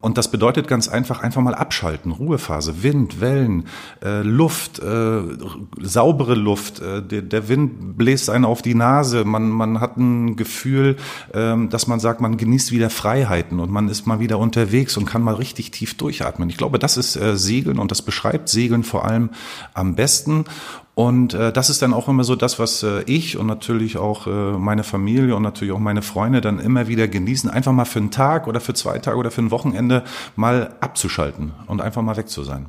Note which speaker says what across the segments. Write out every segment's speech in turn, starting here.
Speaker 1: Und das bedeutet ganz einfach mal abschalten, Ruhephase, Wind, Wellen, Luft, saubere Luft, der Wind bläst einen auf die Nase, man hat ein Gefühl, dass man sagt, man genießt wieder Freiheiten und man ist mal wieder unterwegs und kann mal richtig tief durchatmen. Ich glaube, das ist Segeln und das beschreibt Segeln vor allem am besten. Und das ist dann auch immer so das, was ich und natürlich auch meine Familie und natürlich auch meine Freunde dann immer wieder genießen, einfach mal für einen Tag oder für 2 Tage oder für ein Wochenende mal abzuschalten und einfach mal weg zu sein.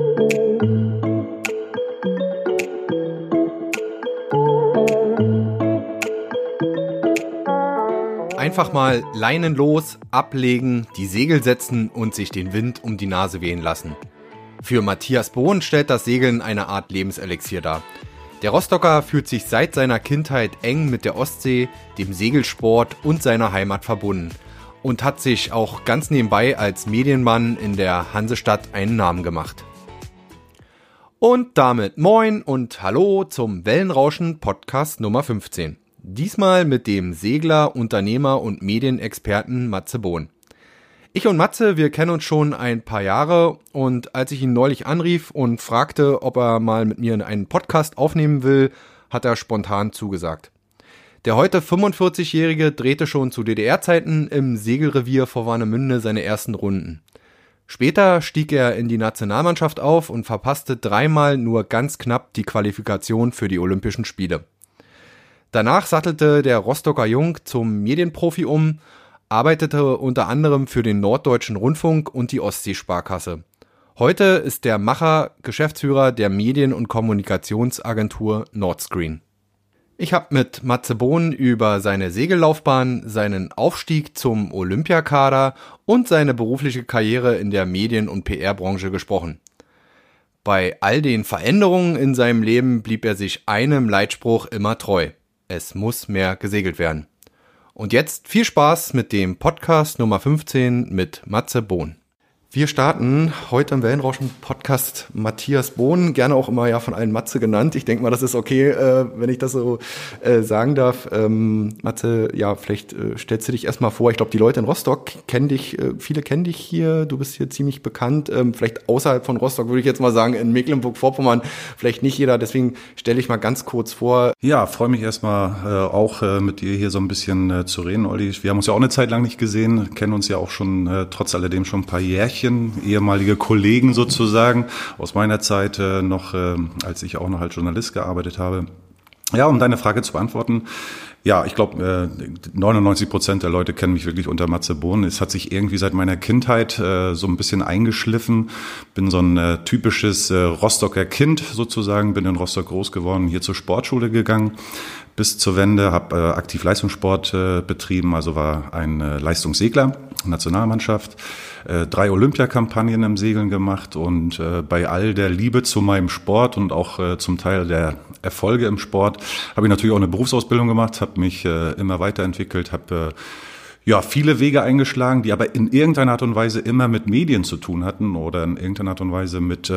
Speaker 2: Einfach mal Leinen los, ablegen, die Segel setzen und sich den Wind um die Nase wehen lassen. Für Matthias Bohn stellt das Segeln eine Art Lebenselixier dar. Der Rostocker fühlt sich seit seiner Kindheit eng mit der Ostsee, dem Segelsport und seiner Heimat verbunden und hat sich auch ganz nebenbei als Medienmann in der Hansestadt einen Namen gemacht. Und damit moin und hallo zum Wellenrauschen Podcast Nummer 15. Diesmal mit dem Segler, Unternehmer und Medienexperten Matze Bohn. Ich und Matze, wir kennen uns schon ein paar Jahre und als ich ihn neulich anrief und fragte, ob er mal mit mir einen Podcast aufnehmen will, hat er spontan zugesagt. Der heute 45-Jährige drehte schon zu DDR-Zeiten im Segelrevier vor Warnemünde seine ersten Runden. Später stieg er in die Nationalmannschaft auf und verpasste 3-mal nur ganz knapp die Qualifikation für die Olympischen Spiele. Danach sattelte der Rostocker Jung zum Medienprofi um, arbeitete unter anderem für den Norddeutschen Rundfunk und die Ostseesparkasse. Heute ist der Macher Geschäftsführer der Medien- und Kommunikationsagentur Nordscreen. Ich habe mit Matze Bohn über seine Segellaufbahn, seinen Aufstieg zum Olympiakader und seine berufliche Karriere in der Medien- und PR-Branche gesprochen. Bei all den Veränderungen in seinem Leben blieb er sich einem Leitspruch immer treu: Es muss mehr gesegelt werden. Und jetzt viel Spaß mit dem Podcast Nummer 15 mit Matze Bohn. Wir starten heute im Wellenrauschen-Podcast Matthias Bohn, gerne auch immer ja von allen Matze genannt. Ich denke mal, das ist okay, wenn ich das so sagen darf. Matze, ja, vielleicht stellst du dich erstmal vor. Ich glaube, die Leute in Rostock kennen dich, viele kennen dich hier. Du bist hier ziemlich bekannt. Vielleicht außerhalb von Rostock würde ich jetzt mal sagen, in Mecklenburg-Vorpommern vielleicht nicht jeder. Deswegen stelle ich mal ganz kurz vor.
Speaker 1: Ja, freue mich erstmal auch mit dir hier so ein bisschen zu reden, Olli. Wir haben uns ja auch eine Zeit lang nicht gesehen, kennen uns ja auch schon trotz alledem schon ein paar Jährchen. Ehemalige Kollegen sozusagen aus meiner Zeit noch, als ich auch noch als Journalist gearbeitet habe. Ja, um deine Frage zu beantworten. Ja, ich glaube, 99% der Leute kennen mich wirklich unter Matze Bohn. Es hat sich irgendwie seit meiner Kindheit so ein bisschen eingeschliffen. Bin so ein typisches Rostocker Kind sozusagen, bin in Rostock groß geworden, hier zur Sportschule gegangen bis zur Wende, habe aktiv Leistungssport betrieben, also war ein Leistungssegler, Nationalmannschaft, 3 Olympiakampagnen im Segeln gemacht und bei all der Liebe zu meinem Sport und auch zum Teil der Erfolge im Sport habe ich natürlich auch eine Berufsausbildung gemacht, habe mich immer weiterentwickelt, habe viele Wege eingeschlagen, die aber in irgendeiner Art und Weise immer mit Medien zu tun hatten oder in irgendeiner Art und Weise mit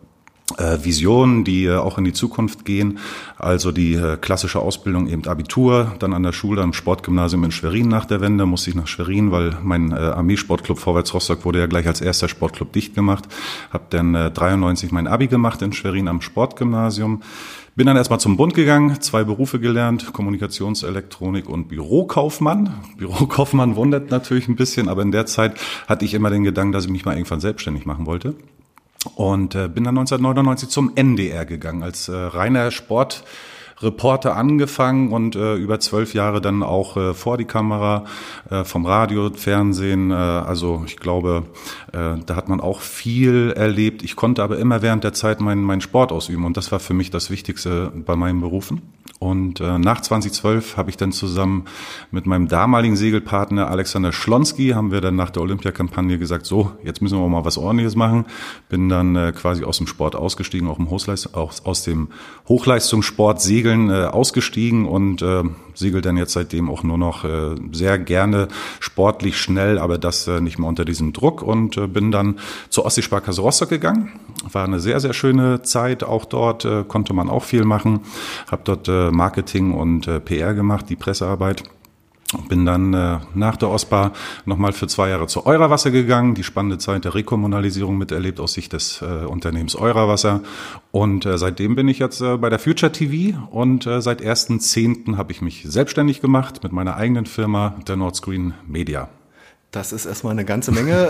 Speaker 1: Visionen, die auch in die Zukunft gehen. Also die klassische Ausbildung, eben Abitur, dann an der Schule am Sportgymnasium in Schwerin nach der Wende, musste ich nach Schwerin, weil mein Armeesportclub Vorwärts Rostock wurde ja gleich als erster Sportclub dicht gemacht. Habe dann 93 mein Abi gemacht in Schwerin am Sportgymnasium. Bin dann erstmal zum Bund gegangen, 2 Berufe gelernt, Kommunikationselektronik und Bürokaufmann. Bürokaufmann wundert natürlich ein bisschen, aber in der Zeit hatte ich immer den Gedanken, dass ich mich mal irgendwann selbstständig machen wollte. Und bin dann 1999 zum NDR gegangen, als reiner Sportreporter angefangen und über 12 Jahre dann auch vor die Kamera, vom Radio, Fernsehen. Also ich glaube, da hat man auch viel erlebt. Ich konnte aber immer während der Zeit meinen Sport ausüben und das war für mich das Wichtigste bei meinen Berufen. Und nach 2012 habe ich dann zusammen mit meinem damaligen Segelpartner Alexander Schlonski, haben wir dann nach der Olympiakampagne gesagt, so, jetzt müssen wir mal was Ordentliches machen. Bin dann quasi aus dem Sport ausgestiegen, aus dem Hochleistungssport Segeln ausgestiegen und segel dann jetzt seitdem auch nur noch sehr gerne sportlich schnell, aber das nicht mehr unter diesem Druck und bin dann zur Ostseesparkasse Rostock gegangen. War eine sehr, sehr schöne Zeit, auch dort konnte man auch viel machen. Habe dort Marketing und PR gemacht, die Pressearbeit. Bin dann nach der OSPA nochmal für 2 Jahre zu Eurowasser gegangen, die spannende Zeit der Rekommunalisierung miterlebt aus Sicht des Unternehmens Eurowasser. Und seitdem bin ich jetzt bei der Future TV und seit 1.10. habe ich mich selbstständig gemacht mit meiner eigenen Firma, der Nordscreen Media.
Speaker 2: Das ist erstmal eine ganze Menge,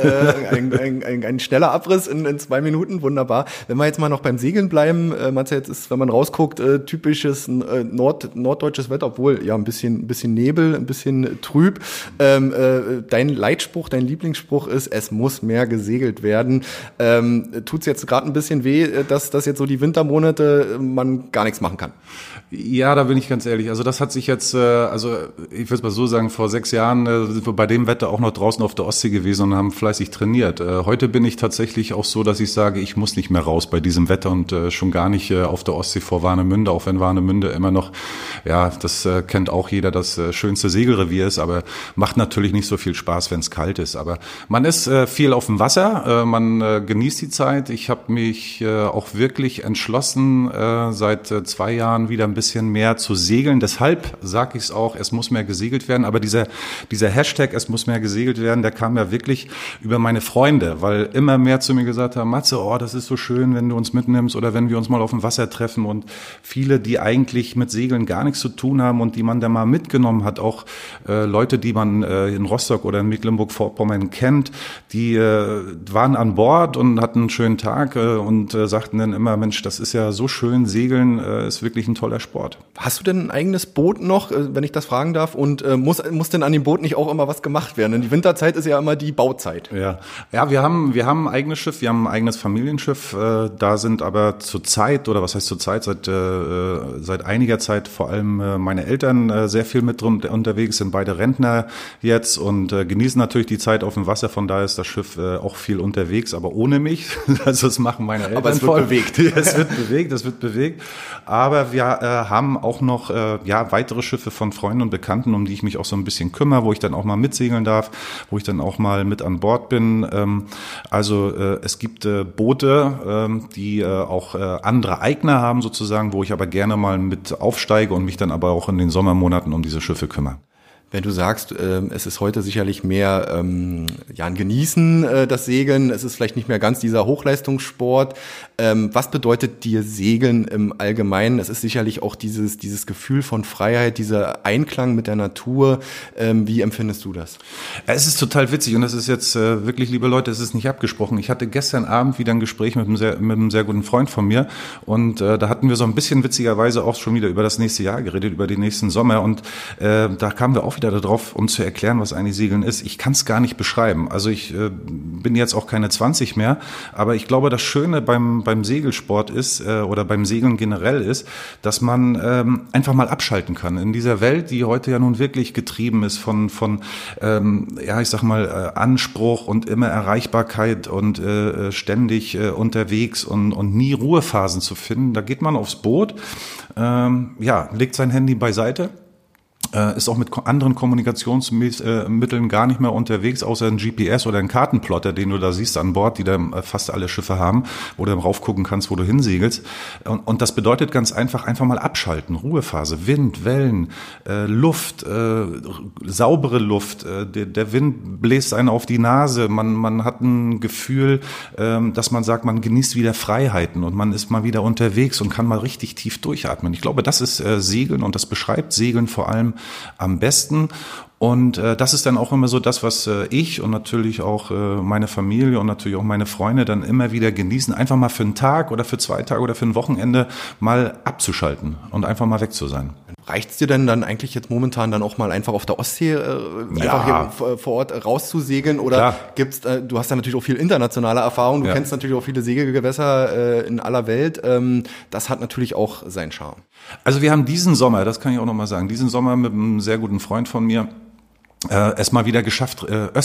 Speaker 2: ein schneller Abriss in 2 Minuten, wunderbar. Wenn wir jetzt mal noch beim Segeln bleiben, Matze, jetzt ist, wenn man rausguckt, typisches norddeutsches Wetter, obwohl ja ein bisschen Nebel, ein bisschen trüb. Dein Leitspruch, dein Lieblingsspruch ist, es muss mehr gesegelt werden. Tut's jetzt gerade ein bisschen weh, dass jetzt so die Wintermonate man gar nichts machen kann?
Speaker 1: Ja, da bin ich ganz ehrlich. Also das hat sich jetzt, also ich würde es mal so sagen, vor 6 Jahren sind wir bei dem Wetter auch noch draußen auf der Ostsee gewesen und haben fleißig trainiert. Heute bin ich tatsächlich auch so, dass ich sage, ich muss nicht mehr raus bei diesem Wetter und schon gar nicht auf der Ostsee vor Warnemünde, auch wenn Warnemünde immer noch, ja, das kennt auch jeder, das schönste Segelrevier ist, aber macht natürlich nicht so viel Spaß, wenn es kalt ist. Aber man ist viel auf dem Wasser, man genießt die Zeit. Ich habe mich auch wirklich entschlossen, seit 2 Jahren wieder ein bisschen mehr zu segeln. Deshalb sage ich es auch, es muss mehr gesegelt werden. Aber dieser Hashtag, es muss mehr gesegelt werden, der kam ja wirklich über meine Freunde, weil immer mehr zu mir gesagt haben, Matze, oh, das ist so schön, wenn du uns mitnimmst oder wenn wir uns mal auf dem Wasser treffen. Und viele, die eigentlich mit Segeln gar nichts zu tun haben und die man da mal mitgenommen hat, auch Leute, die man in Rostock oder in Mecklenburg-Vorpommern kennt, die waren an Bord und hatten einen schönen Tag und sagten dann immer, Mensch, das ist ja so schön, Segeln ist wirklich ein toller Sport.
Speaker 2: Hast du denn ein eigenes Boot noch, wenn ich das fragen darf? Und muss denn an dem Boot nicht auch immer was gemacht werden? Denn die Winterzeit ist ja immer die Bauzeit. Ja,
Speaker 1: wir haben ein eigenes Schiff, wir haben ein eigenes Familienschiff. Da sind aber zurzeit, oder was heißt zurzeit, seit einiger Zeit vor allem meine Eltern sehr viel mit unterwegs, sind beide Rentner jetzt und genießen natürlich die Zeit auf dem Wasser. Von daher ist das Schiff auch viel unterwegs, aber ohne mich. Also das machen meine Eltern.
Speaker 2: Aber es wird bewegt.
Speaker 1: Es wird bewegt. Aber wir haben auch noch weitere Schiffe von Freunden und Bekannten, um die ich mich auch so ein bisschen kümmere, wo ich dann auch mal mitsegeln darf, wo ich dann auch mal mit an Bord bin. Also es gibt Boote, die auch andere Eigner haben sozusagen, wo ich aber gerne mal mit aufsteige und mich dann aber auch in den Sommermonaten um diese Schiffe kümmere.
Speaker 2: Wenn du sagst, es ist heute sicherlich mehr ein Genießen, das Segeln, es ist vielleicht nicht mehr ganz dieser Hochleistungssport. Was bedeutet dir Segeln im Allgemeinen? Es ist sicherlich auch dieses Gefühl von Freiheit, dieser Einklang mit der Natur. Wie empfindest du das?
Speaker 1: Es ist total witzig und das ist jetzt wirklich, liebe Leute, es ist nicht abgesprochen. Ich hatte gestern Abend wieder ein Gespräch mit einem sehr guten Freund von mir und da hatten wir so ein bisschen witzigerweise auch schon wieder über das nächste Jahr geredet, über den nächsten Sommer und da kamen wir auch wieder darauf, um zu erklären, was eigentlich Segeln ist. Ich kann es gar nicht beschreiben. Also ich bin jetzt auch keine 20 mehr, aber ich glaube, das Schöne beim Segelsport ist oder beim Segeln generell ist, dass man einfach mal abschalten kann. In dieser Welt, die heute ja nun wirklich getrieben ist von ich sag mal, Anspruch und immer Erreichbarkeit und ständig unterwegs und nie Ruhephasen zu finden, da geht man aufs Boot, legt sein Handy beiseite, ist auch mit anderen Kommunikationsmitteln gar nicht mehr unterwegs, außer ein GPS oder ein Kartenplotter, den du da siehst an Bord, die da fast alle Schiffe haben, wo du raufgucken kannst, wo du hinsegelst. Und das bedeutet ganz einfach mal abschalten, Ruhephase, Wind, Wellen, Luft, saubere Luft, der Wind bläst einen auf die Nase, man hat ein Gefühl, dass man sagt, man genießt wieder Freiheiten und man ist mal wieder unterwegs und kann mal richtig tief durchatmen. Ich glaube, das ist Segeln und das beschreibt Segeln vor allem am besten. Und das ist dann auch immer so das, was ich und natürlich auch meine Familie und natürlich auch meine Freunde dann immer wieder genießen, einfach mal für einen Tag oder für 2 Tage oder für ein Wochenende mal abzuschalten und einfach mal weg zu sein.
Speaker 2: Reicht's dir denn dann eigentlich jetzt momentan dann auch mal einfach auf der Ostsee einfach hier vor Ort rauszusegeln? Oder gibt's, du hast ja natürlich auch viel internationale Erfahrung, du kennst natürlich auch viele Segelgewässer in aller Welt. Das hat natürlich auch seinen Charme.
Speaker 1: Also wir haben diesen Sommer, das kann ich auch nochmal sagen, diesen Sommer mit einem sehr guten Freund von mir es mal wieder geschafft,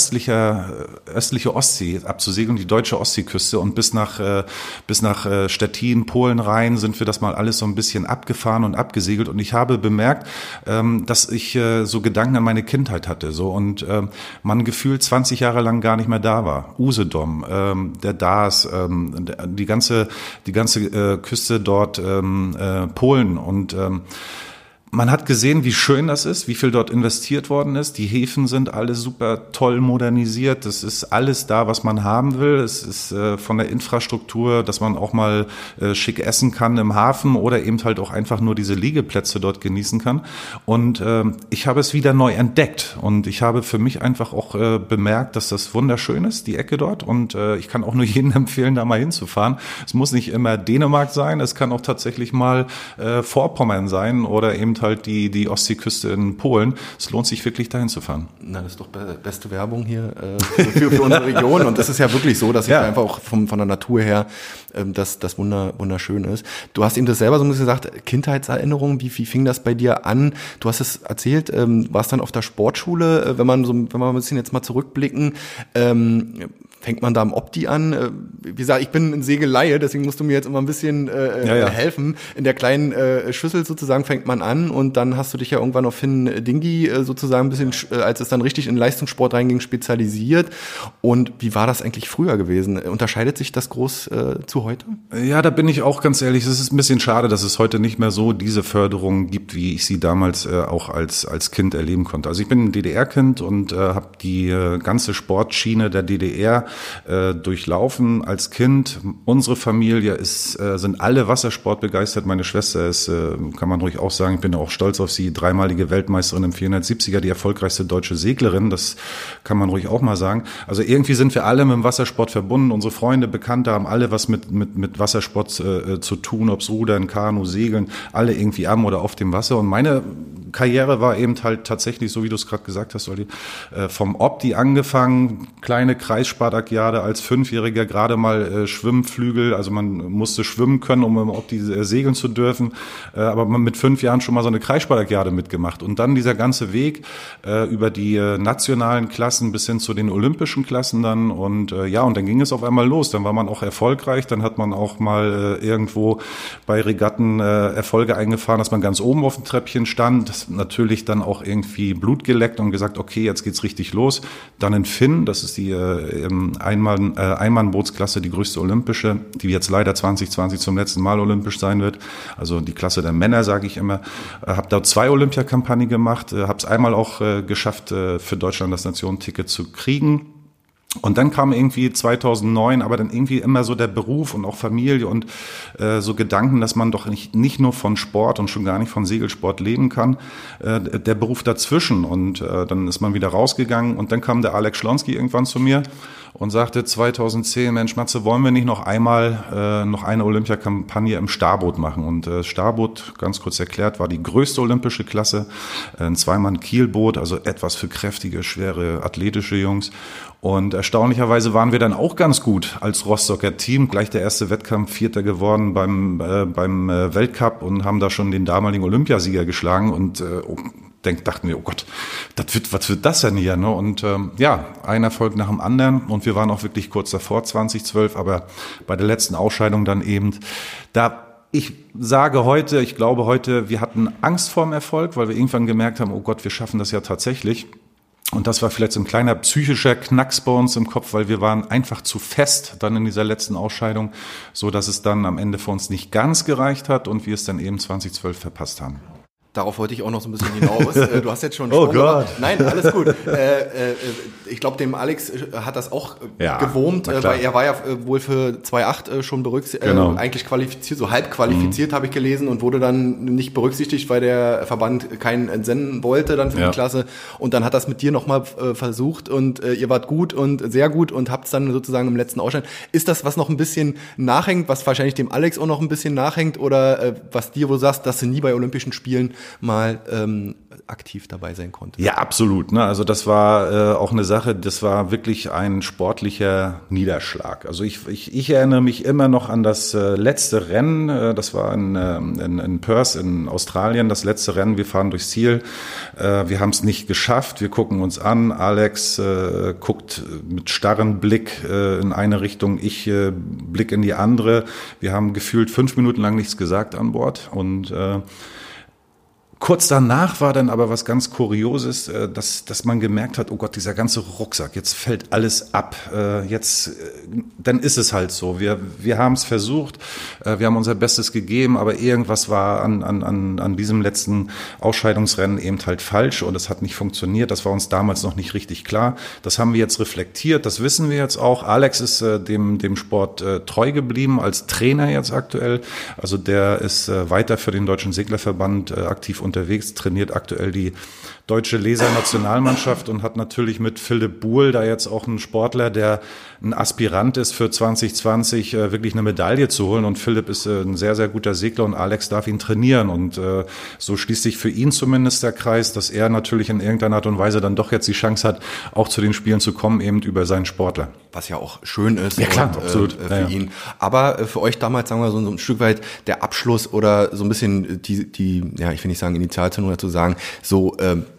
Speaker 1: östliche Ostsee abzusegeln, die deutsche Ostseeküste und bis nach Stettin, Polen rein sind wir das mal alles so ein bisschen abgefahren und abgesegelt und ich habe bemerkt, dass ich so Gedanken an meine Kindheit hatte so und man gefühlt 20 Jahre lang gar nicht mehr da war. Usedom, der Daas, die ganze Küste dort, Polen und man hat gesehen, wie schön das ist, wie viel dort investiert worden ist. Die Häfen sind alle super toll modernisiert. Das ist alles da, was man haben will. Es ist von der Infrastruktur, dass man auch mal schick essen kann im Hafen oder eben halt auch einfach nur diese Liegeplätze dort genießen kann. Und ich habe es wieder neu entdeckt. Und ich habe für mich einfach auch bemerkt, dass das wunderschön ist, die Ecke dort. Und ich kann auch nur jedem empfehlen, da mal hinzufahren. Es muss nicht immer Dänemark sein. Es kann auch tatsächlich mal Vorpommern sein oder eben halt die Ostseeküste in Polen. Es lohnt sich wirklich, dahin zu fahren.
Speaker 2: Na, das ist doch beste Werbung hier für unsere Region. Und das ist ja wirklich so, dass ich einfach auch von der Natur her das wunderschön ist. Du hast eben das selber so ein bisschen gesagt, Kindheitserinnerungen, wie fing das bei dir an? Du hast es erzählt, warst dann auf der Sportschule, wenn wir ein bisschen jetzt mal zurückblicken, fängt man da am Opti an? Wie gesagt, ich bin ein Segeleihe, deswegen musst du mir jetzt immer ein bisschen helfen. In der kleinen Schüssel sozusagen fängt man an und dann hast du dich ja irgendwann auf Finn Dingi sozusagen ein bisschen, als es dann richtig in Leistungssport reinging, spezialisiert. Und wie war das eigentlich früher gewesen? Unterscheidet sich das groß zu heute?
Speaker 1: Ja, da bin ich auch ganz ehrlich, es ist ein bisschen schade, dass es heute nicht mehr so diese Förderung gibt, wie ich sie damals auch als Kind erleben konnte. Also ich bin ein DDR-Kind und habe die ganze Sportschiene der DDR durchlaufen als Kind. Unsere Familie sind alle Wassersport begeistert. Meine Schwester ist, kann man ruhig auch sagen, ich bin auch stolz auf sie, dreimalige Weltmeisterin im 470er, die erfolgreichste deutsche Seglerin. Das kann man ruhig auch mal sagen. Also irgendwie sind wir alle mit dem Wassersport verbunden. Unsere Freunde, Bekannte haben alle was mit Wassersport zu tun, ob's Rudern, Kanu, Segeln, alle irgendwie am oder auf dem Wasser. Und meine Karriere war eben halt tatsächlich, so wie du es gerade gesagt hast, Olli, vom Opti angefangen, kleine Kreisspartakiade als Fünfjähriger, gerade mal Schwimmflügel, also man musste schwimmen können, um im Opti segeln zu dürfen, aber man mit 5 Jahren schon mal so eine Kreisspartakiade mitgemacht und dann dieser ganze Weg über die nationalen Klassen bis hin zu den olympischen Klassen dann und und dann ging es auf einmal los, dann war man auch erfolgreich, dann hat man auch mal irgendwo bei Regatten Erfolge eingefahren, dass man ganz oben auf dem Treppchen stand, natürlich dann auch irgendwie Blut geleckt und gesagt, okay, jetzt geht's richtig los. Dann in Finn, das ist die Einmannbootsklasse, die größte olympische, die jetzt leider 2020 zum letzten Mal olympisch sein wird. Also die Klasse der Männer, sage ich immer. Habe da 2 Olympiakampagnen gemacht, habe es einmal auch geschafft, für Deutschland das Nationenticket zu kriegen. Und dann kam irgendwie 2009, aber dann irgendwie immer so der Beruf und auch Familie und so Gedanken, dass man doch nicht nur von Sport und schon gar nicht von Segelsport leben kann, der Beruf dazwischen. Und dann ist man wieder rausgegangen und dann kam der Alex Schlonski irgendwann zu mir und sagte 2010, Mensch Matze, wollen wir nicht noch eine Olympiakampagne im Starboot machen? Und Starboot, ganz kurz erklärt, war die größte olympische Klasse, ein Zweimann-Kielboot, also etwas für kräftige, schwere, athletische Jungs. Und erstaunlicherweise waren wir dann auch ganz gut als Rostocker Team. Gleich der erste Wettkampf, Vierter geworden beim Weltcup und haben da schon den damaligen Olympiasieger geschlagen und dachten wir, oh Gott, was wird das denn hier? Ne? Und ein Erfolg nach dem anderen und wir waren auch wirklich kurz davor, 2012, aber bei der letzten Ausscheidung dann eben, ich glaube heute, wir hatten Angst vorm Erfolg, weil wir irgendwann gemerkt haben, oh Gott, wir schaffen das ja tatsächlich. Und das war vielleicht so ein kleiner psychischer Knacks bei uns im Kopf, weil wir waren einfach zu fest dann in dieser letzten Ausscheidung, so dass es dann am Ende für uns nicht ganz gereicht hat und wir es dann eben 2012 verpasst haben.
Speaker 2: Darauf wollte ich auch noch so ein bisschen hinaus. Du hast jetzt schon
Speaker 1: Oh Gott.
Speaker 2: Nein, alles gut. Ich glaube, dem Alex hat das auch gewurmt, weil er war ja wohl für 2.8 schon eigentlich qualifiziert, so halb qualifiziert, habe ich gelesen, und wurde dann nicht berücksichtigt, weil der Verband keinen entsenden wollte dann für die Klasse. Und dann hat das mit dir nochmal versucht und ihr wart gut und sehr gut und habt es dann sozusagen im letzten Ausscheiden. Ist das, was noch ein bisschen nachhängt, was wahrscheinlich dem Alex auch noch ein bisschen nachhängt oder was dir, wo du sagst, dass du nie bei Olympischen Spielen mal aktiv dabei sein konnte?
Speaker 1: Ja, absolut. Ne? Also das war auch eine Sache, das war wirklich ein sportlicher Niederschlag. Also ich erinnere mich immer noch an das letzte Rennen, das war in Perth in Australien, das letzte Rennen, wir fahren durchs Ziel, wir haben es nicht geschafft, wir gucken uns an, Alex guckt mit starrem Blick in eine Richtung, ich blick in die andere, wir haben gefühlt 5 Minuten lang nichts gesagt an Bord und Kurz danach war dann aber was ganz Kurioses, dass man gemerkt hat, oh Gott, dieser ganze Rucksack, jetzt fällt alles ab. Dann ist es halt so. Wir haben es versucht, wir haben unser Bestes gegeben, aber irgendwas war an diesem letzten Ausscheidungsrennen eben halt falsch und es hat nicht funktioniert. Das war uns damals noch nicht richtig klar. Das haben wir jetzt reflektiert, das wissen wir jetzt auch. Alex ist dem Sport treu geblieben als Trainer jetzt aktuell. Also der ist weiter für den Deutschen Seglerverband aktiv unterwegs, trainiert aktuell die deutsche Laser-Nationalmannschaft und hat natürlich mit Philipp Buhl da jetzt auch einen Sportler, der ein Aspirant ist für 2020, wirklich eine Medaille zu holen. Und Philipp ist ein sehr, sehr guter Segler und Alex darf ihn trainieren. Und so schließt sich für ihn zumindest der Kreis, dass er natürlich in irgendeiner Art und Weise dann doch jetzt die Chance hat, auch zu den Spielen zu kommen, eben über seinen Sportler.
Speaker 2: Was ja auch schön ist.
Speaker 1: Ja klar, absolut.
Speaker 2: Für ihn. Aber für euch damals, sagen wir so ein Stück weit der Abschluss oder so ein bisschen die ja, ich will nicht sagen Initialzündung dazu sagen, so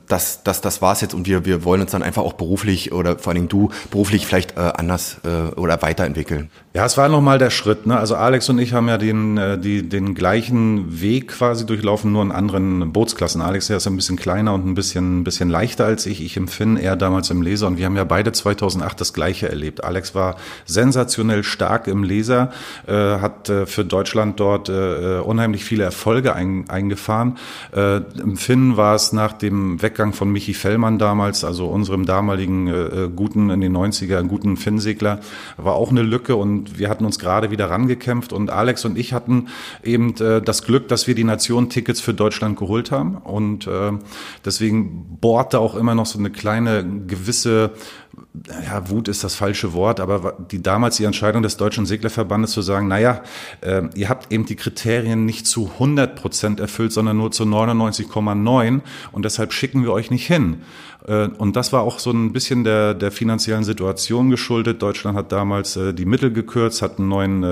Speaker 2: das war's jetzt und wir wollen uns dann einfach auch beruflich oder vor allen Dingen du beruflich vielleicht anders oder weiterentwickeln.
Speaker 1: Ja, es war nochmal der Schritt, ne? Also Alex und ich haben ja den gleichen Weg quasi durchlaufen, nur in anderen Bootsklassen. Alex ist ein bisschen kleiner und ein bisschen leichter als ich. Ich empfinde er damals im Laser und wir haben ja beide 2008 das Gleiche erlebt. Alex war sensationell stark im Laser, hat für Deutschland dort unheimlich viele Erfolge eingefahren. Im Finn war es nach dem Weggang von Michi Fellmann damals, also unserem damaligen guten, in den 90er, guten Finnsegler, war auch eine Lücke und wir hatten uns gerade wieder rangekämpft und Alex und ich hatten eben das Glück, dass wir die Nation-Tickets für Deutschland geholt haben und deswegen bohrte auch immer noch so eine kleine gewisse, ja, Wut ist das falsche Wort, aber damals die Entscheidung des Deutschen Seglerverbandes zu sagen, naja, ihr habt eben die Kriterien nicht zu 100% erfüllt, sondern nur zu 99,9 und deshalb schicken wir euch nicht hin. Und das war auch so ein bisschen der finanziellen Situation geschuldet. Deutschland hat damals die Mittel gekürzt, hat einen neuen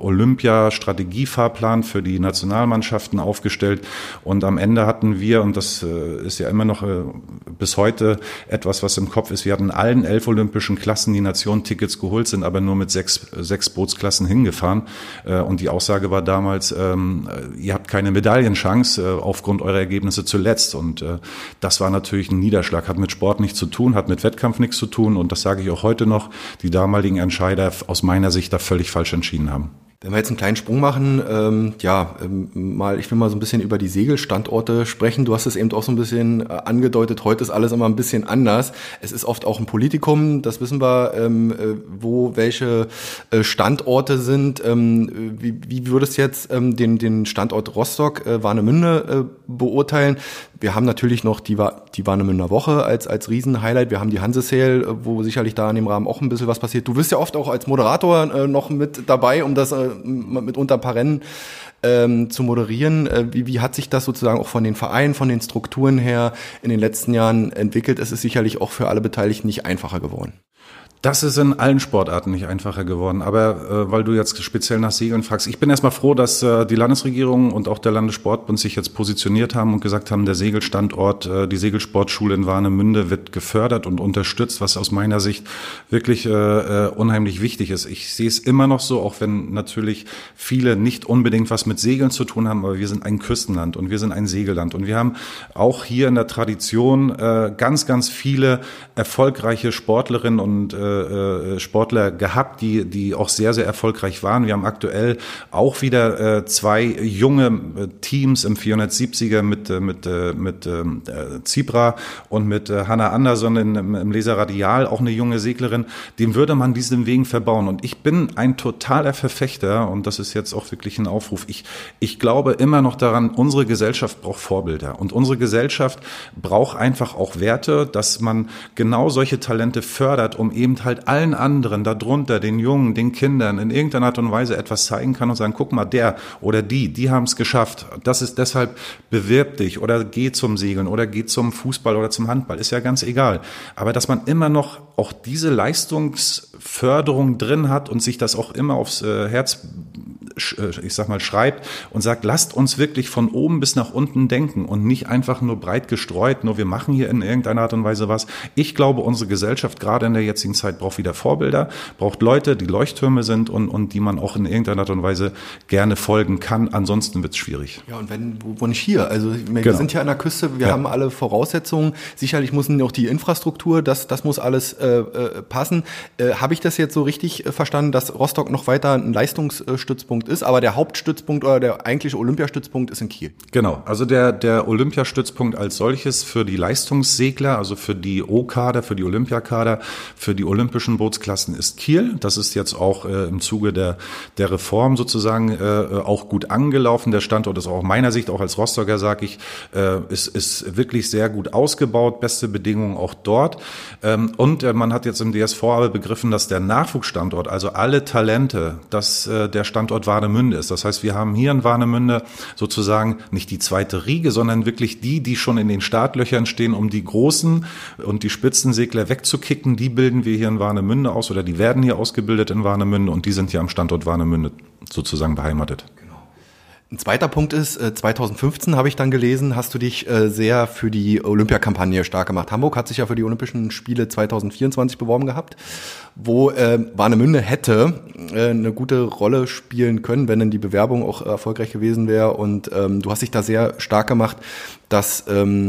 Speaker 1: Olympia-Strategiefahrplan für die Nationalmannschaften aufgestellt und am Ende hatten wir, und das ist ja immer noch bis heute etwas, was im Kopf ist, wir hatten in allen 11 olympischen Klassen die Nation-Tickets geholt, sind aber nur mit sechs Bootsklassen hingefahren und die Aussage war damals, ihr habt keine Medaillenchance aufgrund eurer Ergebnisse zuletzt und das war natürlich ein Niederschlag, hat mit Sport nichts zu tun, hat mit Wettkampf nichts zu tun und das sage ich auch heute noch, die damaligen Entscheider aus meiner Sicht da völlig falsch entschieden haben.
Speaker 2: Wenn wir jetzt einen kleinen Sprung machen, ich will mal so ein bisschen über die Segelstandorte sprechen. Du hast es eben auch so ein bisschen angedeutet, heute ist alles immer ein bisschen anders. Es ist oft auch ein Politikum, das wissen wir, wo welche Standorte sind. Wie würdest du jetzt den Standort Rostock, Warnemünde beurteilen? Wir haben natürlich noch die Warnemünder Woche als Riesenhighlight. Wir haben die Hanse-Sail, wo sicherlich da in dem Rahmen auch ein bisschen was passiert. Du bist ja oft auch als Moderator noch mit dabei, um das mitunter ein paar Rennen zu moderieren. Wie hat sich das sozusagen auch von den Vereinen, von den Strukturen her in den letzten Jahren entwickelt? Es ist sicherlich auch für alle Beteiligten nicht einfacher geworden.
Speaker 1: Das ist in allen Sportarten nicht einfacher geworden. Aber weil du jetzt speziell nach Segeln fragst, ich bin erstmal froh, dass die Landesregierung und auch der Landessportbund sich jetzt positioniert haben und gesagt haben, der Segelstandort, die Segelsportschule in Warnemünde wird gefördert und unterstützt, was aus meiner Sicht wirklich unheimlich wichtig ist. Ich sehe es immer noch so, auch wenn natürlich viele nicht unbedingt was mit Segeln zu tun haben, aber wir sind ein Küstenland und wir sind ein Segelland. Und wir haben auch hier in der Tradition ganz, ganz viele erfolgreiche Sportlerinnen und Sportler gehabt, die auch sehr, sehr erfolgreich waren. Wir haben aktuell auch wieder 2 junge Teams im 470er mit Zibra und mit Hanna Andersson im Laser Radial, auch eine junge Seglerin. Dem würde man diesen Wegen verbauen. Und ich bin ein totaler Verfechter, und das ist jetzt auch wirklich ein Aufruf, ich glaube immer noch daran, unsere Gesellschaft braucht Vorbilder. Und unsere Gesellschaft braucht einfach auch Werte, dass man genau solche Talente fördert, um eben halt allen anderen darunter, den Jungen, den Kindern in irgendeiner Art und Weise etwas zeigen kann und sagen, guck mal, der oder die haben es geschafft. Das ist deshalb, bewirb dich oder geh zum Segeln oder geh zum Fußball oder zum Handball, ist ja ganz egal. Aber dass man immer noch auch diese Leistungsförderung drin hat und sich das auch immer aufs Herz ich sag mal, schreibt und sagt, lasst uns wirklich von oben bis nach unten denken und nicht einfach nur breit gestreut, nur wir machen hier in irgendeiner Art und Weise was. Ich glaube, unsere Gesellschaft gerade in der jetzigen Zeit braucht wieder Vorbilder, braucht Leute, die Leuchttürme sind und die man auch in irgendeiner Art und Weise gerne folgen kann. Ansonsten wird es schwierig.
Speaker 2: Ja, und wo nicht hier? Also wir sind ja an der Küste, wir haben alle Voraussetzungen. Sicherlich müssen auch die Infrastruktur, das muss alles passen. Habe ich das jetzt so richtig verstanden, dass Rostock noch weiter ein Leistungsstützpunkt ist, aber der Hauptstützpunkt oder der eigentliche Olympiastützpunkt ist in Kiel?
Speaker 1: Genau, also der Olympiastützpunkt als solches für die Leistungssegler, also für die O-Kader, für die Olympiakader, für die olympischen Bootsklassen ist Kiel. Das ist jetzt auch im Zuge der Reform sozusagen auch gut angelaufen. Der Standort ist auch aus meiner Sicht, auch als Rostocker sage ich, ist wirklich sehr gut ausgebaut, beste Bedingungen auch dort. Und man hat jetzt im DSV aber begriffen, dass der Nachwuchsstandort, also alle Talente, dass der Standort Warnemünde ist. Das heißt, wir haben hier in Warnemünde sozusagen nicht die zweite Riege, sondern wirklich die schon in den Startlöchern stehen, um die großen und die Spitzensegler wegzukicken. Die bilden wir hier in Warnemünde aus oder die werden hier ausgebildet in Warnemünde und die sind hier am Standort Warnemünde sozusagen beheimatet.
Speaker 2: Ein zweiter Punkt ist, 2015 habe ich dann gelesen, hast du dich sehr für die Olympiakampagne stark gemacht. Hamburg hat sich ja für die Olympischen Spiele 2024 beworben gehabt, wo Warnemünde hätte eine gute Rolle spielen können, wenn denn die Bewerbung auch erfolgreich gewesen wäre. Und du hast dich da sehr stark gemacht, dass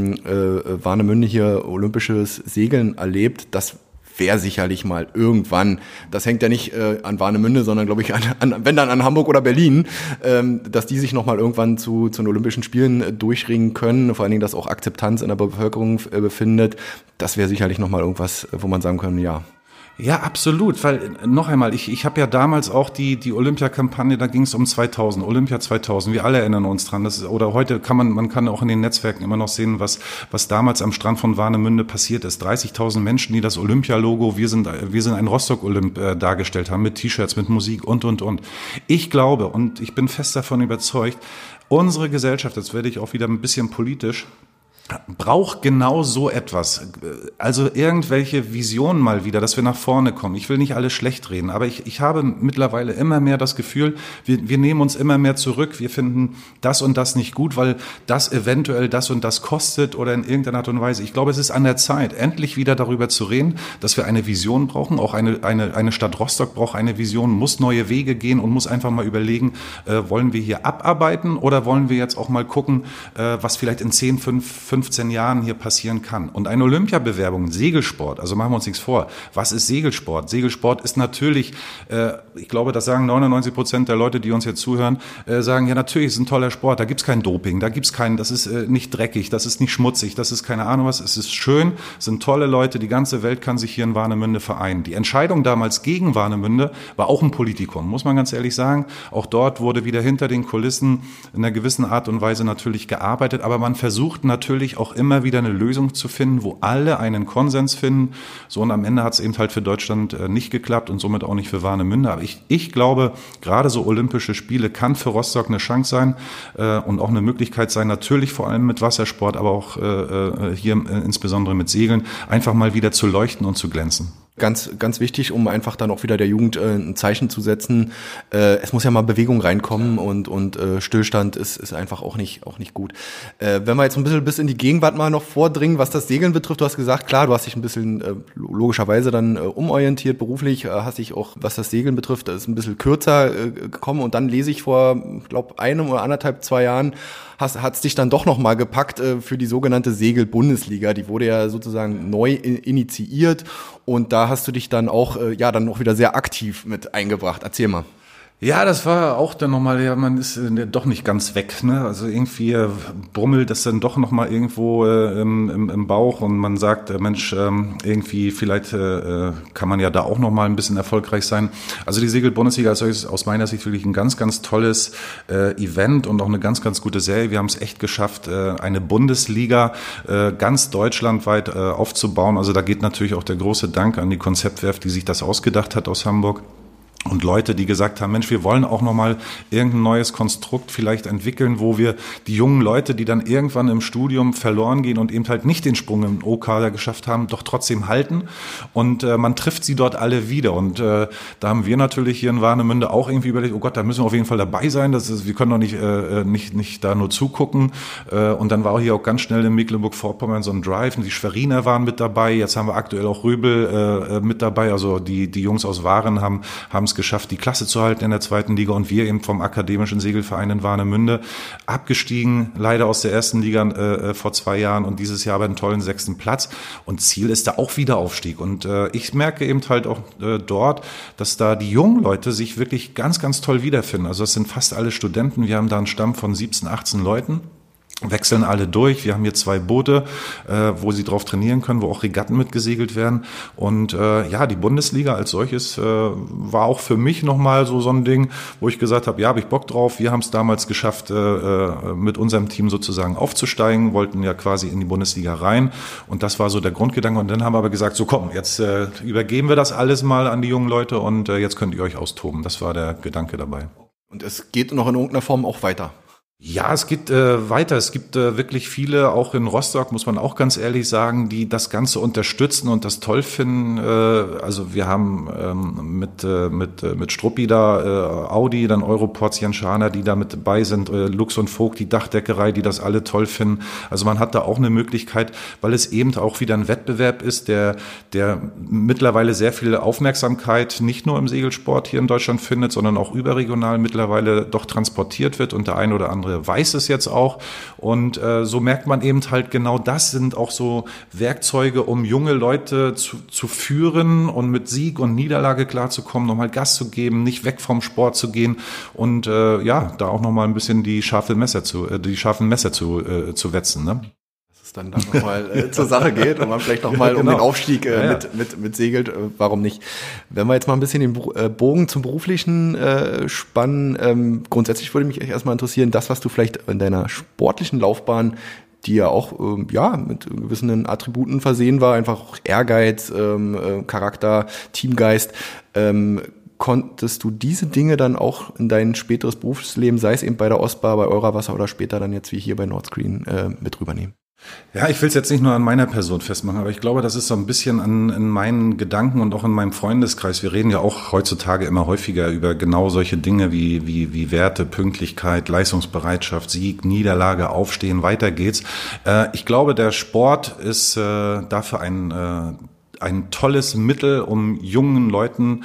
Speaker 2: Warnemünde hier olympisches Segeln erlebt. Das wäre sicherlich mal irgendwann, das hängt ja nicht an Warnemünde, sondern glaube ich wenn dann an Hamburg oder Berlin, dass die sich nochmal irgendwann zu den Olympischen Spielen durchringen können, vor allen Dingen, dass auch Akzeptanz in der Bevölkerung befindet, das wäre sicherlich nochmal irgendwas, wo man sagen kann, ja.
Speaker 1: Ja, absolut, weil noch einmal, ich habe ja damals auch die Olympiakampagne, da ging es um 2000, Olympia 2000, wir alle erinnern uns dran, oder heute kann man kann auch in den Netzwerken immer noch sehen, was damals am Strand von Warnemünde passiert ist. 30.000 Menschen, die das Olympialogo, wir sind ein Rostock-Olymp dargestellt haben, mit T-Shirts, mit Musik und. Ich glaube und ich bin fest davon überzeugt, unsere Gesellschaft, jetzt werde ich auch wieder ein bisschen politisch, braucht genau so etwas, also irgendwelche Visionen mal wieder, dass wir nach vorne kommen. Ich will nicht alles schlecht reden, aber ich habe mittlerweile immer mehr das Gefühl, wir nehmen uns immer mehr zurück, wir finden das und das nicht gut, weil das eventuell das und das kostet oder in irgendeiner Art und Weise. Ich glaube, es ist an der Zeit, endlich wieder darüber zu reden, dass wir eine Vision brauchen, auch eine Stadt Rostock braucht eine Vision, muss neue Wege gehen und muss einfach mal überlegen, wollen wir hier abarbeiten oder wollen wir jetzt auch mal gucken, was vielleicht in 10, 15 Jahren hier passieren kann. Und eine Olympiabewerbung, Segelsport, also machen wir uns nichts vor. Was ist Segelsport? Segelsport ist natürlich, ich glaube, das sagen 99% der Leute, die uns jetzt zuhören, sagen, ja natürlich, ist ein toller Sport, da gibt's kein Doping, da gibt's kein, das ist nicht dreckig, das ist nicht schmutzig, das ist keine Ahnung was, es ist schön, es sind tolle Leute, die ganze Welt kann sich hier in Warnemünde vereinen. Die Entscheidung damals gegen Warnemünde war auch ein Politikum, muss man ganz ehrlich sagen. Auch dort wurde wieder hinter den Kulissen in einer gewissen Art und Weise natürlich gearbeitet, aber man versucht natürlich auch immer wieder eine Lösung zu finden, wo alle einen Konsens finden. So, und am Ende hat es eben halt für Deutschland nicht geklappt und somit auch nicht für Warnemünde. Aber ich glaube, gerade so Olympische Spiele kann für Rostock eine Chance sein und auch eine Möglichkeit sein, natürlich vor allem mit Wassersport, aber auch hier insbesondere mit Segeln, einfach mal wieder zu leuchten und zu glänzen.
Speaker 2: Ganz, ganz wichtig, um einfach dann auch wieder der Jugend ein Zeichen zu setzen. Es muss ja mal Bewegung reinkommen und Stillstand ist einfach auch nicht gut. Wenn wir jetzt ein bisschen bis in die Gegenwart mal noch vordringen, was das Segeln betrifft, du hast gesagt, klar, du hast dich ein bisschen logischerweise dann umorientiert beruflich, hast dich auch, was das Segeln betrifft, ist ein bisschen kürzer gekommen und dann lese ich vor, glaube 1 oder 1,5, 2 Jahren, hat's dich dann doch nochmal gepackt für die sogenannte Segel-Bundesliga. Die wurde ja sozusagen neu initiiert und da hast du dich dann auch, dann auch wieder sehr aktiv mit eingebracht. Erzähl mal.
Speaker 1: Ja, das war auch dann nochmal, ja, man ist doch nicht ganz weg, ne? Also irgendwie brummelt das dann doch nochmal irgendwo im Bauch und man sagt, Mensch, irgendwie vielleicht kann man ja da auch nochmal ein bisschen erfolgreich sein. Also die Segel-Bundesliga ist aus meiner Sicht wirklich ein ganz, ganz tolles Event und auch eine ganz, ganz gute Serie. Wir haben es echt geschafft, eine Bundesliga ganz deutschlandweit aufzubauen. Also da geht natürlich auch der große Dank an die Konzeptwerft, die sich das ausgedacht hat aus Hamburg. Und Leute, die gesagt haben, Mensch, wir wollen auch nochmal irgendein neues Konstrukt vielleicht entwickeln, wo wir die jungen Leute, die dann irgendwann im Studium verloren gehen und eben halt nicht den Sprung im O-Kader geschafft haben, doch trotzdem halten. Und man trifft sie dort alle wieder. Und da haben wir natürlich hier in Warnemünde auch irgendwie überlegt, oh Gott, da müssen wir auf jeden Fall dabei sein. Wir können doch nicht da nur zugucken. Und dann war hier auch ganz schnell in Mecklenburg-Vorpommern so ein Drive. Und die Schweriner waren mit dabei. Jetzt haben wir aktuell auch Röbel mit dabei. Also die Jungs aus Waren haben es geschafft, die Klasse zu halten in der 2. Liga und wir eben vom Akademischen Segelverein in Warnemünde abgestiegen, leider aus der 1. Liga vor 2 Jahren und dieses Jahr aber einen tollen 6. Platz und Ziel ist da auch Wiederaufstieg und ich merke eben halt auch dort, dass da die jungen Leute sich wirklich ganz, ganz toll wiederfinden. Also das sind fast alle Studenten, wir haben da einen Stamm von 17, 18 Leuten. Wechseln alle durch. Wir haben hier 2 Boote, wo sie drauf trainieren können, wo auch Regatten mitgesegelt werden. Und die Bundesliga als solches war auch für mich nochmal so ein Ding, wo ich gesagt habe, ja, habe ich Bock drauf. Wir haben es damals geschafft, mit unserem Team sozusagen aufzusteigen, wollten ja quasi in die Bundesliga rein. Und das war so der Grundgedanke. Und dann haben wir aber gesagt, so komm, jetzt übergeben wir das alles mal an die jungen Leute und jetzt könnt ihr euch austoben. Das war der Gedanke dabei.
Speaker 2: Und es geht noch in irgendeiner Form auch weiter.
Speaker 1: Ja, es geht weiter. Es gibt wirklich viele, auch in Rostock, muss man auch ganz ehrlich sagen, die das Ganze unterstützen und das toll finden. Also wir haben mit Struppi da Audi, dann Euroports, Janschaner, die da mit dabei sind, Lux und Vogt, die Dachdeckerei, die das alle toll finden. Also man hat da auch eine Möglichkeit, weil es eben auch wieder ein Wettbewerb ist, der mittlerweile sehr viel Aufmerksamkeit nicht nur im Segelsport hier in Deutschland findet, sondern auch überregional mittlerweile doch transportiert wird und der ein oder andere weiß es jetzt auch und so merkt man eben halt genau, das sind auch so Werkzeuge, um junge Leute zu führen und mit Sieg und Niederlage klarzukommen, nochmal Gas zu geben, nicht weg vom Sport zu gehen und da auch nochmal ein bisschen die scharfen Messer zu wetzen, ne?
Speaker 2: Dann nochmal zur Sache geht und man vielleicht nochmal um den Aufstieg mit segelt, warum nicht? Wenn wir jetzt mal ein bisschen den Bogen zum Beruflichen spannen, grundsätzlich würde mich erstmal interessieren, das, was du vielleicht in deiner sportlichen Laufbahn, die ja auch mit gewissen Attributen versehen war, einfach Ehrgeiz, Charakter, Teamgeist, konntest du diese Dinge dann auch in dein späteres Berufsleben, sei es eben bei der Ostbar, bei Eurowasser oder später dann jetzt wie hier bei Nordscreen, mit rübernehmen?
Speaker 1: Ja, ich will es jetzt nicht nur an meiner Person festmachen, aber ich glaube, das ist so ein bisschen in meinen Gedanken und auch in meinem Freundeskreis. Wir reden ja auch heutzutage immer häufiger über genau solche Dinge wie Werte, Pünktlichkeit, Leistungsbereitschaft, Sieg, Niederlage, Aufstehen, weiter geht's. Ich glaube, der Sport ist dafür ein tolles Mittel, um jungen Leuten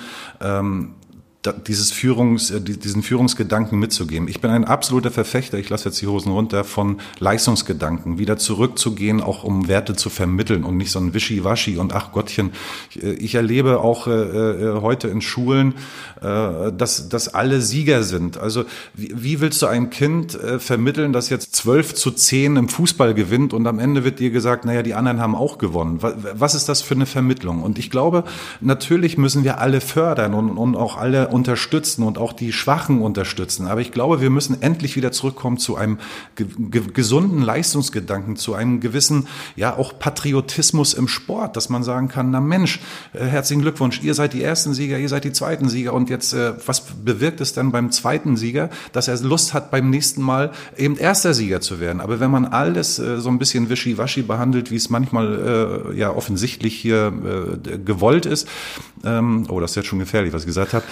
Speaker 1: diesen Führungsgedanken mitzugeben. Ich bin ein absoluter Verfechter, ich lasse jetzt die Hosen runter, von Leistungsgedanken, wieder zurückzugehen, auch um Werte zu vermitteln und nicht so ein Wischiwaschi und ach Gottchen. Ich erlebe auch heute in Schulen, dass alle Sieger sind. Also wie willst du einem Kind vermitteln, dass jetzt 12-10 im Fußball gewinnt und am Ende wird dir gesagt, naja, die anderen haben auch gewonnen. Was ist das für eine Vermittlung? Und ich glaube, natürlich müssen wir alle fördern und auch alle unterstützen und auch die Schwachen unterstützen. Aber ich glaube, wir müssen endlich wieder zurückkommen zu einem gesunden Leistungsgedanken, zu einem gewissen, auch Patriotismus im Sport, dass man sagen kann, na Mensch, herzlichen Glückwunsch, ihr seid die ersten Sieger, ihr seid die zweiten Sieger und jetzt, was bewirkt es dann beim zweiten Sieger, dass er Lust hat, beim nächsten Mal eben erster Sieger zu werden. Aber wenn man alles so ein bisschen wischiwaschi behandelt, wie es manchmal offensichtlich hier gewollt ist, das ist jetzt schon gefährlich, was ich gesagt habe,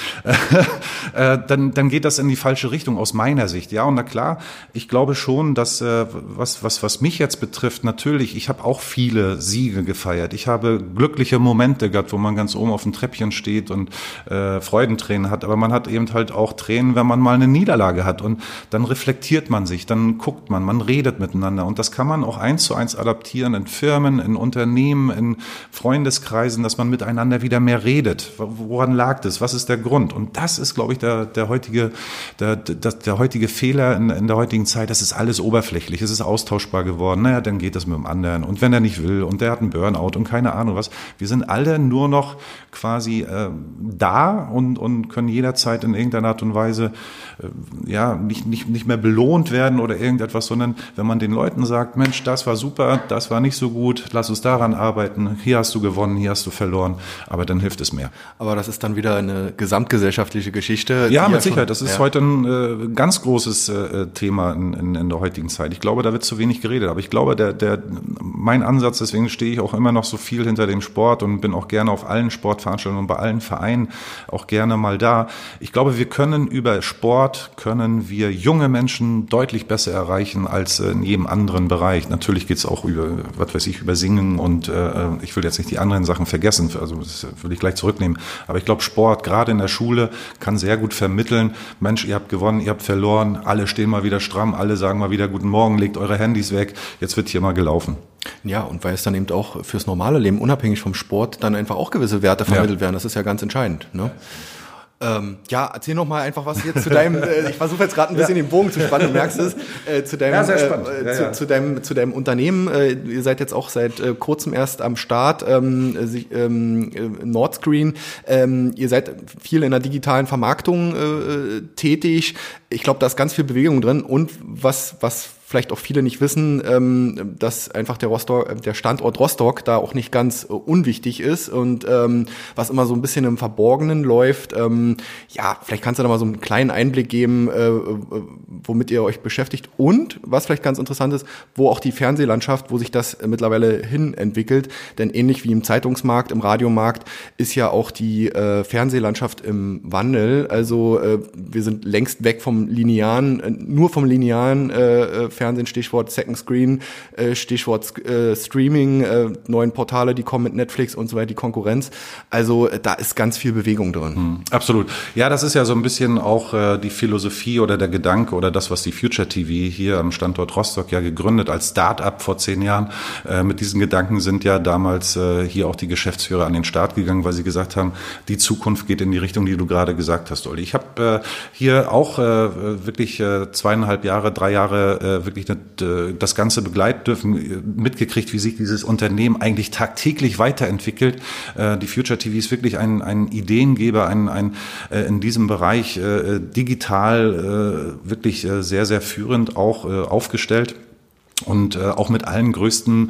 Speaker 1: dann geht das in die falsche Richtung aus meiner Sicht. Ja, und na klar, ich glaube schon, dass was mich jetzt betrifft, natürlich, ich habe auch viele Siege gefeiert. Ich habe glückliche Momente gehabt, wo man ganz oben auf dem Treppchen steht und Freudentränen hat. Aber man hat eben halt auch Tränen, wenn man mal eine Niederlage hat. Und dann reflektiert man sich, dann guckt man redet miteinander. Und das kann man auch 1:1 adaptieren in Firmen, in Unternehmen, in Freundeskreisen, dass man miteinander wieder mehr redet. Woran lag das? Was ist der Grund? Und das ist, glaube ich, der heutige Fehler in der heutigen Zeit. Das ist alles oberflächlich. Es ist austauschbar geworden. Naja, dann geht das mit dem anderen. Und wenn er nicht will und der hat einen Burnout und keine Ahnung was. Wir sind alle nur noch quasi da und können jederzeit in irgendeiner Art und Weise nicht mehr belohnt werden oder irgendetwas, sondern wenn man den Leuten sagt, Mensch, das war super, das war nicht so gut, lass uns daran arbeiten. Hier hast du gewonnen, hier hast du verloren. Aber dann hilft es mehr.
Speaker 2: Aber das ist dann wieder eine gesamtgesellschaftliche gesamtgesellschaftliche Geschichte.
Speaker 1: Ja, mit Sicherheit. Das ist heute ein ganz großes Thema in der heutigen Zeit. Ich glaube, da wird zu wenig geredet. Aber ich glaube, mein Ansatz, deswegen stehe ich auch immer noch so viel hinter dem Sport und bin auch gerne auf allen Sportveranstaltungen und bei allen Vereinen auch gerne mal da. Ich glaube, wir können über Sport, junge Menschen deutlich besser erreichen als in jedem anderen Bereich. Natürlich geht's auch über Singen und ich will jetzt nicht die anderen Sachen vergessen, also das will ich gleich zurücknehmen. Aber ich glaube, Sport, gerade in der Schule, kann sehr gut vermitteln, Mensch, ihr habt gewonnen, ihr habt verloren, alle stehen mal wieder stramm, alle sagen mal wieder Guten Morgen, legt eure Handys weg, jetzt wird hier mal gelaufen.
Speaker 2: Ja, und weil es dann eben auch fürs normale Leben, unabhängig vom Sport, dann einfach auch gewisse Werte vermittelt werden, das ist ja ganz entscheidend, ne? Erzähl noch mal einfach was jetzt zu deinem, ich versuche jetzt gerade ein bisschen den Bogen zu spannen, du merkst es, zu deinem Unternehmen. Ihr seid jetzt auch seit kurzem erst am Start, Nordscreen. Ihr seid viel in der digitalen Vermarktung tätig. Ich glaube, da ist ganz viel Bewegung drin und was vielleicht auch viele nicht wissen, dass einfach der Standort Rostock da auch nicht ganz unwichtig ist und was immer so ein bisschen im Verborgenen läuft. Vielleicht kannst du da mal so einen kleinen Einblick geben, womit ihr euch beschäftigt und was vielleicht ganz interessant ist, wo auch die Fernsehlandschaft, wo sich das mittlerweile hin entwickelt. Denn ähnlich wie im Zeitungsmarkt, im Radiomarkt ist ja auch die Fernsehlandschaft im Wandel. Also wir sind längst weg vom linearen Fernsehen, Stichwort Second Screen, Stichwort Streaming, neuen Portale, die kommen mit Netflix und so weiter, die Konkurrenz. Also da ist ganz viel Bewegung drin.
Speaker 1: Absolut. Ja, das ist ja so ein bisschen auch die Philosophie oder der Gedanke oder das, was die Future TV hier am Standort Rostock ja gegründet als Start-up vor 10 Jahren. Mit diesen Gedanken sind ja damals hier auch die Geschäftsführer an den Start gegangen, weil sie gesagt haben, die Zukunft geht in die Richtung, die du gerade gesagt hast, Olli. Ich habe hier auch wirklich 3 Jahre wirklich das Ganze begleiten dürfen, mitgekriegt, wie sich dieses Unternehmen eigentlich tagtäglich weiterentwickelt. Die Future TV ist wirklich ein Ideengeber, in diesem Bereich digital wirklich sehr, sehr führend auch aufgestellt. Und auch mit allen größten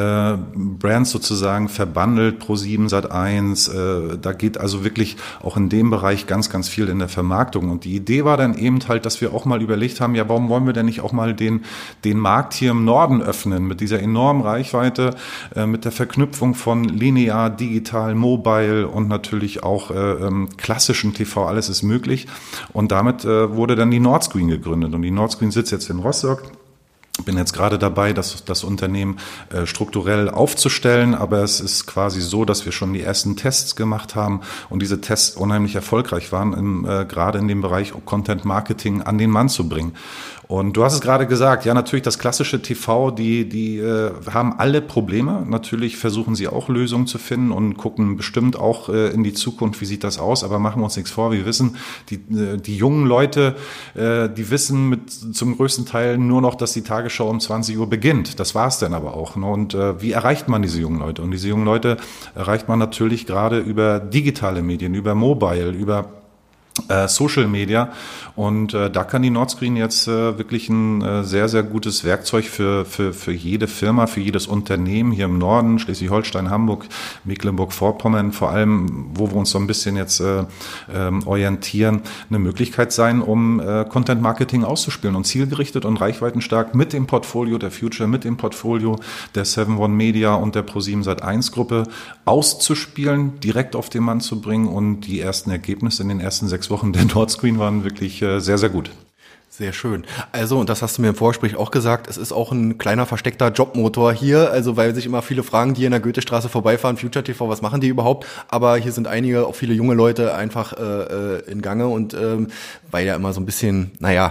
Speaker 1: Brands sozusagen verbandelt, Pro7, Sat.1, da geht also wirklich auch in dem Bereich ganz, ganz viel in der Vermarktung. Und die Idee war dann eben halt, dass wir auch mal überlegt haben, ja, warum wollen wir denn nicht auch mal den Markt hier im Norden öffnen, mit dieser enormen Reichweite, mit der Verknüpfung von linear, digital, mobile und natürlich auch klassischen TV, alles ist möglich. Und damit wurde dann die Nordscreen gegründet. Und die Nordscreen sitzt jetzt in Rostock. Bin jetzt gerade dabei, das Unternehmen strukturell aufzustellen, aber es ist quasi so, dass wir schon die ersten Tests gemacht haben und diese Tests unheimlich erfolgreich waren, gerade in dem Bereich Content Marketing an den Mann zu bringen. Und du hast es gerade gesagt, ja, natürlich das klassische TV, die haben alle Probleme. Natürlich versuchen sie auch Lösungen zu finden und gucken bestimmt auch in die Zukunft, wie sieht das aus, aber machen wir uns nichts vor. Wir wissen, die jungen Leute, die wissen zum größten Teil nur noch, dass die Tagesschau um 20 Uhr beginnt. Das war es dann aber auch. Ne? Und wie erreicht man diese jungen Leute? Und diese jungen Leute erreicht man natürlich gerade über digitale Medien, über Mobile, über Social Media und da kann die Nordscreen jetzt wirklich ein sehr, sehr gutes Werkzeug für jede Firma, für jedes Unternehmen hier im Norden, Schleswig-Holstein, Hamburg, Mecklenburg-Vorpommern, vor allem, wo wir uns so ein bisschen jetzt orientieren, eine Möglichkeit sein, um Content Marketing auszuspielen und zielgerichtet und reichweitenstark mit dem Portfolio der Future, mit dem Portfolio der 7-One Media und der Pro7 Sat.1 Gruppe auszuspielen, direkt auf den Mann zu bringen und die ersten Ergebnisse in den ersten 6 Wochen der Nordscreen waren wirklich sehr, sehr gut.
Speaker 2: Sehr schön. Also, und das hast du mir im Vorgespräch auch gesagt, es ist auch ein kleiner versteckter Jobmotor hier, also weil sich immer viele fragen, die in der Goethestraße vorbeifahren, Future TV, was machen die überhaupt? Aber hier sind einige, auch viele junge Leute einfach in Gange und weil ja immer so ein bisschen,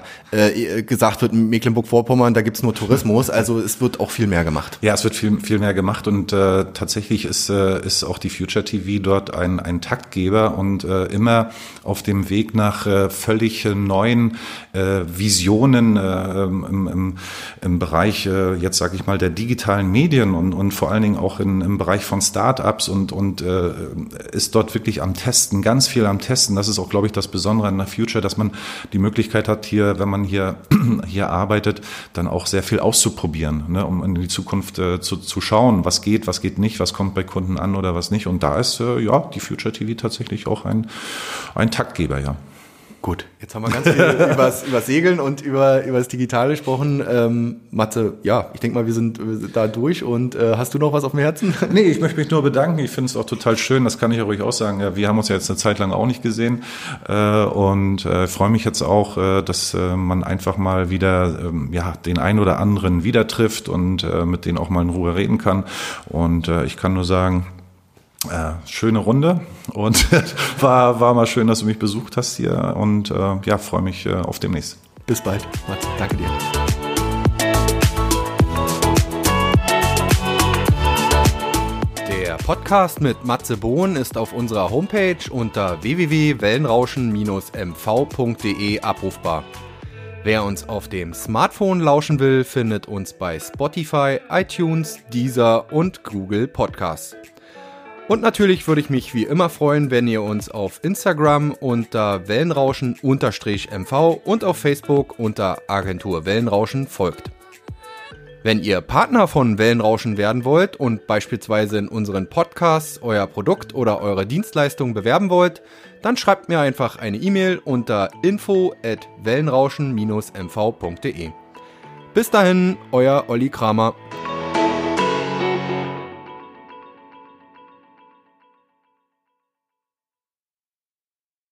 Speaker 2: gesagt wird, in Mecklenburg-Vorpommern, da gibt's nur Tourismus, also es wird auch viel mehr gemacht.
Speaker 1: Ja, es wird viel mehr gemacht und tatsächlich ist auch die Future TV dort ein Taktgeber und immer auf dem Weg nach völlig neuen Visionen im Bereich, jetzt sage ich mal, der digitalen Medien und vor allen Dingen auch im Bereich von Start-ups und ist dort wirklich am Testen, ganz viel am Testen. Das ist auch, glaube ich, das Besondere an der Future, dass man die Möglichkeit hat, hier, wenn man hier arbeitet, dann auch sehr viel auszuprobieren, ne, um in die Zukunft zu schauen, was geht nicht, was kommt bei Kunden an oder was nicht. Und da ist die Future TV tatsächlich auch ein Taktgeber, ja.
Speaker 2: Gut, jetzt haben wir ganz viel übers Segeln und über das Digitale gesprochen. Matze, ja, ich denke mal, wir sind da durch. Und hast du noch was auf dem Herzen?
Speaker 1: Nee, ich möchte mich nur bedanken. Ich finde es auch total schön, das kann ich ja ruhig auch sagen. Ja, wir haben uns ja jetzt eine Zeit lang auch nicht gesehen und freue mich jetzt auch, dass man einfach mal wieder den einen oder anderen wieder trifft und mit denen auch mal in Ruhe reden kann. Und ich kann nur sagen, schöne Runde und war mal schön, dass du mich besucht hast hier und freue mich auf demnächst.
Speaker 2: Bis bald, Matze. Danke dir. Der Podcast mit Matze Bohn ist auf unserer Homepage unter www.wellenrauschen-mv.de abrufbar. Wer uns auf dem Smartphone lauschen will, findet uns bei Spotify, iTunes, Deezer und Google Podcasts. Und natürlich würde ich mich wie immer freuen, wenn ihr uns auf Instagram unter Wellenrauschen_MV und auf Facebook unter Agentur Wellenrauschen folgt. Wenn ihr Partner von Wellenrauschen werden wollt und beispielsweise in unseren Podcasts euer Produkt oder eure Dienstleistung bewerben wollt, dann schreibt mir einfach eine E-Mail unter info@wellenrauschen-mv.de. Bis dahin, euer Olli Kramer.